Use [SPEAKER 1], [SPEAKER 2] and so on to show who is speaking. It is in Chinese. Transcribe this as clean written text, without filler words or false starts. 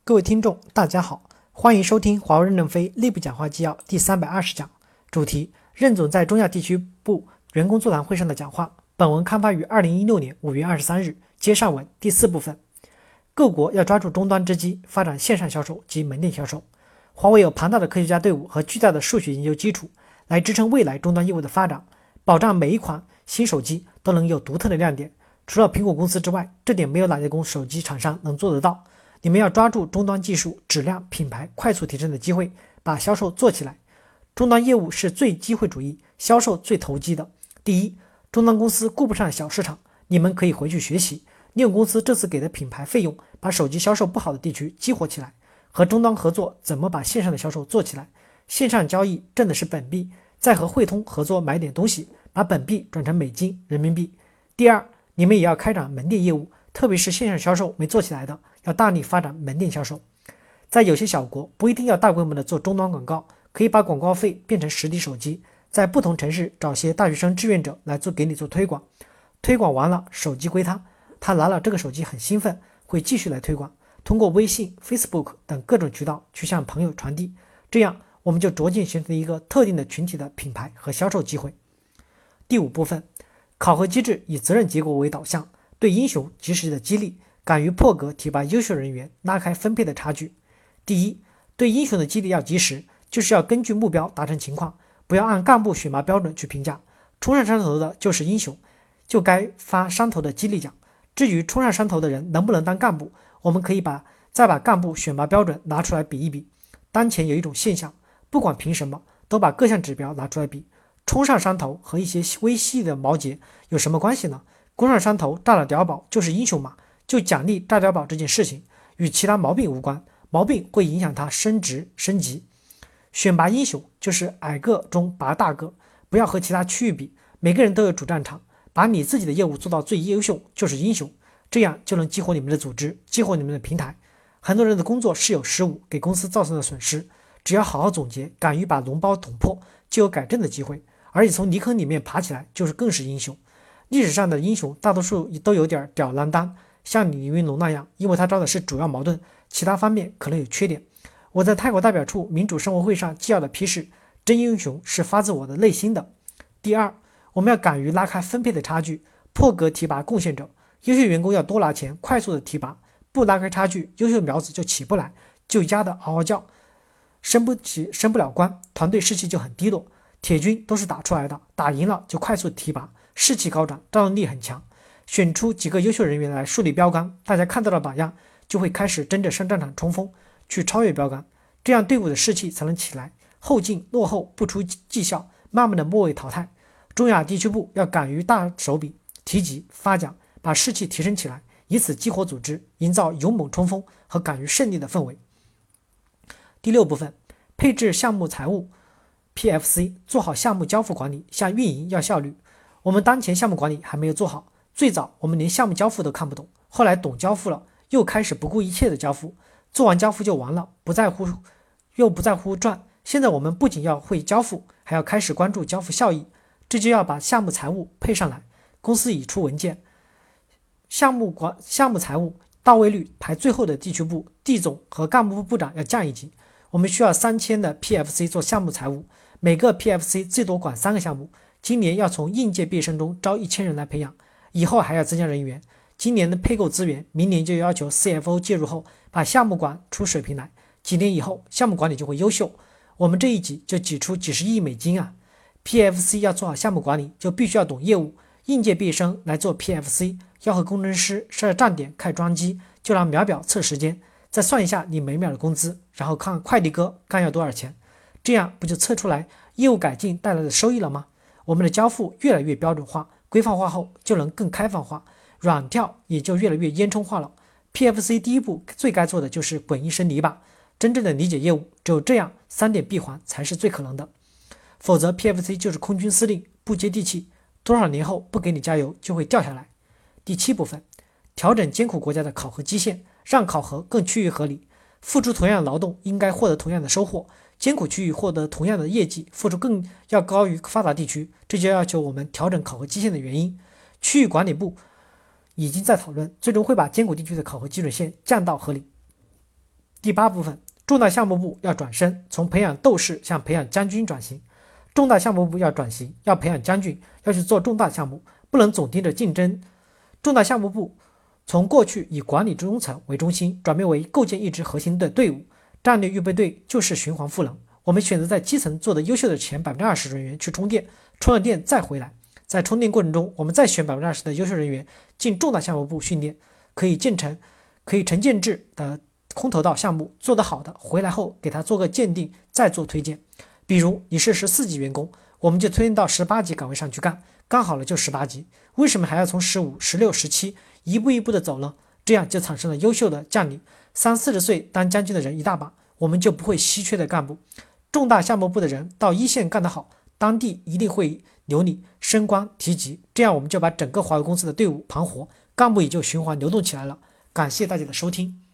[SPEAKER 1] 各位听众，大家好，欢迎收听华为任正非内部讲话纪要第320讲，主题：任总在中亚地区部员工座谈会上的讲话。本文刊发于2016年5月23日，接上文第4部分。各国要抓住终端之机，发展线上销售及门店销售。华为有庞大的科学家队伍和巨大的数学研究基础，来支撑未来终端业务的发展，保障每一款新手机都能有独特的亮点。除了苹果公司之外，这点没有哪家手机厂商能做得到。你们要抓住终端技术、质量、品牌快速提升的机会，把销售做起来。终端业务是最机会主义、销售最投机的。第一，终端公司顾不上小市场，你们可以回去学习，利用公司这次给的品牌费用，把手机销售不好的地区激活起来，和终端合作怎么把线上的销售做起来。线上交易挣的是本币，再和汇通合作买点东西，把本币转成美金、人民币。第二，你们也要开展门店业务，特别是线上销售没做起来的，要大力发展门店销售。在有些小国，不一定要大规模的做终端广告，可以把广告费变成实体手机，在不同城市找些大学生志愿者来给你做推广。推广完了，手机归他，他拿了这个手机很兴奋，会继续来推广，通过微信、Facebook 等各种渠道去向朋友传递，这样我们就逐渐形成一个特定的群体的品牌和销售机会。第5部分，考核机制以责任结果为导向，对英雄及时的激励，敢于破格提拔优秀人员，拉开分配的差距。第一，对英雄的激励要及时，就是要根据目标达成情况，不要按干部选拔标准去评价。冲上山头的就是英雄，就该发山头的激励奖。至于冲上山头的人能不能当干部，我们可以再把干部选拔标准拿出来比一比。当前有一种现象，不管凭什么，都把各项指标拿出来比。冲上山头和一些微细的毛节有什么关系呢？攻上山头炸了碉堡就是英雄嘛，就奖励炸碉堡这件事情，与其他毛病无关，毛病会影响他升职升级。选拔英雄就是矮个中拔大个，不要和其他区域比，每个人都有主战场，把你自己的业务做到最优秀就是英雄，这样就能激活你们的组织，激活你们的平台。很多人的工作是有失误，给公司造成的损失，只要好好总结，敢于把脓包捅破，就有改正的机会，而且从泥坑里面爬起来就是更是英雄。历史上的英雄大多数都有点吊郎当，像李云龙那样，因为他招的是主要矛盾，其他方面可能有缺点。我在泰国代表处民主生活会上纪要的批示，真英雄是发自我的内心的。第二，我们要敢于拉开分配的差距，破格提拔贡献者，优秀员工要多拿钱，快速的提拔，不拉开差距，优秀苗子就起不来，就压得嗷嗷叫，升不了官，团队士气就很低落。铁军都是打出来的，打赢了就快速提拔，士气高涨，战斗力很强。选出几个优秀人员来树立标杆，大家看到了榜样，就会开始争着上战场冲锋，去超越标杆，这样队伍的士气才能起来。后进落后不出绩效，慢慢的末位淘汰。中亚地区部要敢于大手笔提及发奖，把士气提升起来，以此激活组织，营造勇猛冲锋和敢于胜利的氛围。第6部分，配置项目财务 PFC， 做好项目交付管理，向运营要效率。我们当前项目管理还没有做好，最早我们连项目交付都看不懂，后来懂交付了，又开始不顾一切的交付，做完交付就完了，不在乎赚。现在我们不仅要会交付，还要开始关注交付效益，这就要把项目财务配上来。公司已出文件，项目财务到位率排最后的地区部、地总和干部部长要降一级。我们需要3000的 PFC 做项目财务，每个 PFC 最多管3个项目。今年要从应届毕业生中招1000人来培养，以后还要增加人员。今年的配购资源，明年就要求 CFO 介入后把项目管出水平来，几年以后项目管理就会优秀。我们这一挤就挤出几十亿美金啊！ PFC 要做好项目管理，就必须要懂业务。应届毕业生来做 PFC， 要和工程师设站点开装机，就拿秒表测时间，再算一下你每秒的工资，然后看快递哥干要多少钱，这样不就测出来业务改进带来的收益了吗？我们的交付越来越标准化、规范化后，就能更开放化，软跳也就越来越烟囱化了。PFC 第1步最该做的就是滚一身泥巴，真正的理解业务，只有这样3点闭环才是最可能的，否则 PFC 就是空军司令，不接地气，多少年后不给你加油就会掉下来。第7部分，调整艰苦国家的考核基线，让考核更趋于合理，付出同样的劳动应该获得同样的收获，艰苦区域获得同样的业绩，付出更要高于发达地区，这就要求我们调整考核基线的原因。区域管理部已经在讨论，最终会把艰苦地区的考核基准线降到合理。 第8部分，重大项目部要转身，从培养斗士向培养将军转型。重大项目部要转型，要培养将军，要去做重大项目，不能总盯着竞争。重大项目部从过去以管理中层为中心，转变为构建一支核心的队伍。战略预备队就是循环赋能，我们选择在基层做的优秀的前20%人员去充电，充了电再回来，在充电过程中，我们再选20%的优秀人员进重大项目部训练，可以成建制的空投到项目，做得好的回来后给他做个鉴定，再做推荐。比如你是14级员工，我们就推荐到18级岗位上去干，干好了就18级，为什么还要从15、16、17一步一步的走呢？这样就产生了优秀的将领，30-40岁当将军的人一大把，我们就不会稀缺的干部。重大项目部的人到一线干得好，当地一定会留你升官提级，这样我们就把整个华为公司的队伍盘活，干部也就循环流动起来了。感谢大家的收听。